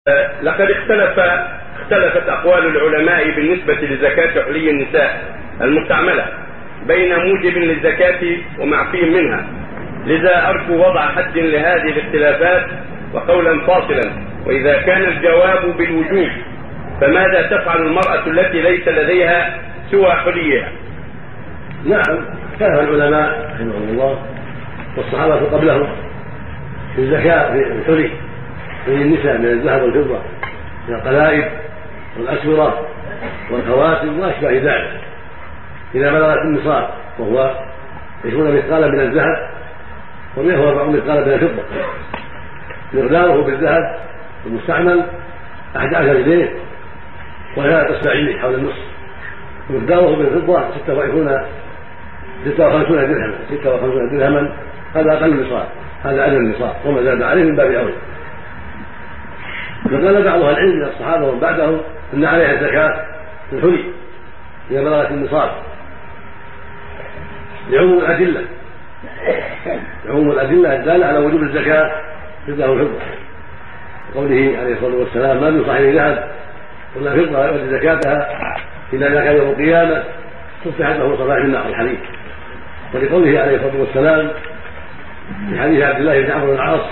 لقد اختلفت أقوال العلماء بالنسبة لزكاة حلي النساء المستعملة بين موجب للزكاة ومعفي منها، لذا أرجو وضع حد لهذه الاختلافات وقولا فاصلا. وإذا كان الجواب بالوجوب فماذا تفعل المرأة التي ليس لديها سوى حليها؟ نعم، اختلف العلماء رحمهم الله والصحابة قبلهم في الزكاة في الحلي النساء من الذهب والفضة، من القلائد والأسورة والخواتم وأشباه ذلك، إذا بلغت النصاب وهو 20 مثقالا من الذهب وهو 40 مثقالا من الفضة، مقداره بالذهب المستعمل 11 جنيه ولا تصبعين حول النصف، مقداره بالفضة 56 درهما، هذا أقل النصاب، هذا أدنى النصاب، وما زاد عليه من باب أولى. وقال بعض اهل العلم من الصحابه ومن بعدهم ان عليها الزكاه في الحلي اذا بلغت النصاب لعموم الادله الداله على وجوب الزكاه في الذهب والفضه، قوله عليه الصلاه والسلام: ما من صاحب ذهب ولا فضه يؤدي زكاتها الا اذا كان يوم القيامه تصبحت له صباح النار الحديث. ولقوله عليه الصلاه والسلام في حديث عبد الله بن عمرو بن العاص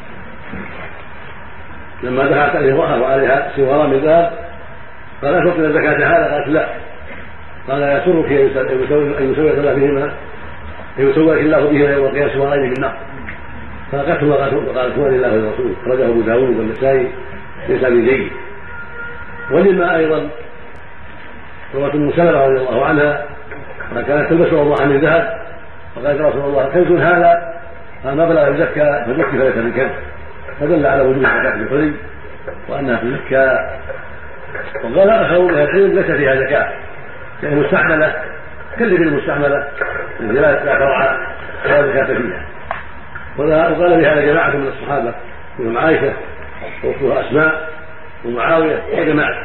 لما دخلت عليه امرأة وعليها سواران من ذهب قال: أتوقن الزكاة هذا؟ قالت: لا. قال: يسرك أن يسوّك الله بهما يوم القيامة سوارين من نار. فلقتهما وقالت: هو لله ولرسوله. أخرجه أبو داود والنسائي بإسناد جيد. ولما أيضا رواه أم سلمة رضي الله عنها كانت تلبس وضوءا من ذهب فقالت: يا رسول الله كنز هذا؟ قال: ما بلغ الزكاة فالزكي فليس بالكنز. فدل على وجود الزكاة في الحلي وأنها تزكى. وقال آخرون من العلم ليس فيها زكاة يعني مستعملة كاللبن المستعملة التي لا فرع ولا زكاة فيها. وقال بهذا جماعة من الصحابة منهم عائشة وأختها أسماء ومعاوية وجماعة.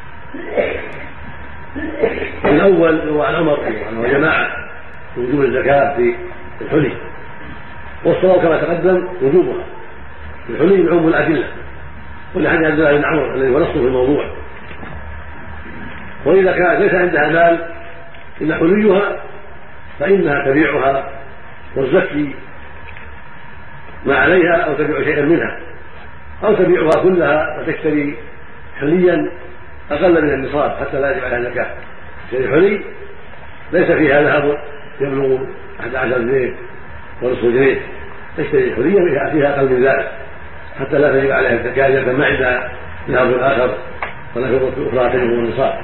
الأول هو عن عمر وجماعة وجوب الزكاة في الحلي، والصواب كما تقدم وجوبها في الحلي من عموم الأدلة ولحديث عبد الله بن عمرو الذي هو نصه في الموضوع. وإذا كانت ليس عندها مال إلا حليها فإنها تبيعها وتزكي ما عليها أو تبيع شيئا منها أو تبيعها كلها وتشتري حليا أقل من النصاب حتى لا يجب عليها زكاة. الحلي ليس فيها ذهب يبلغ 11 جنيه ونصف جنيه، تشتري حليا فيها أقل من ذلك حتى لا تجب عليها الزكاة إذا كان ما عندها ذهب آخر ولا فضة أخرى تجب النصاب،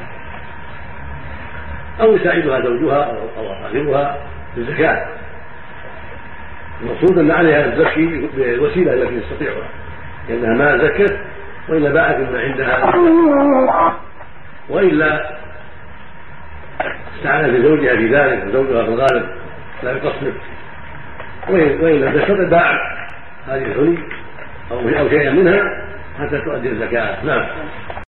أو يساعدها زوجها أو أقربها في الزكاة. المقصود أن عليها تزكي بالوسيلة التي تستطيعها، لأنها ما زكت وإلا باعت ما عندها، وإلا استعانت بزوجها في ذلك وزوجها في الغالب لا يقصر، وإن لم تستطع باع هذه الحلي أو شيئا منها حتى تؤدي الزكاة. نعم.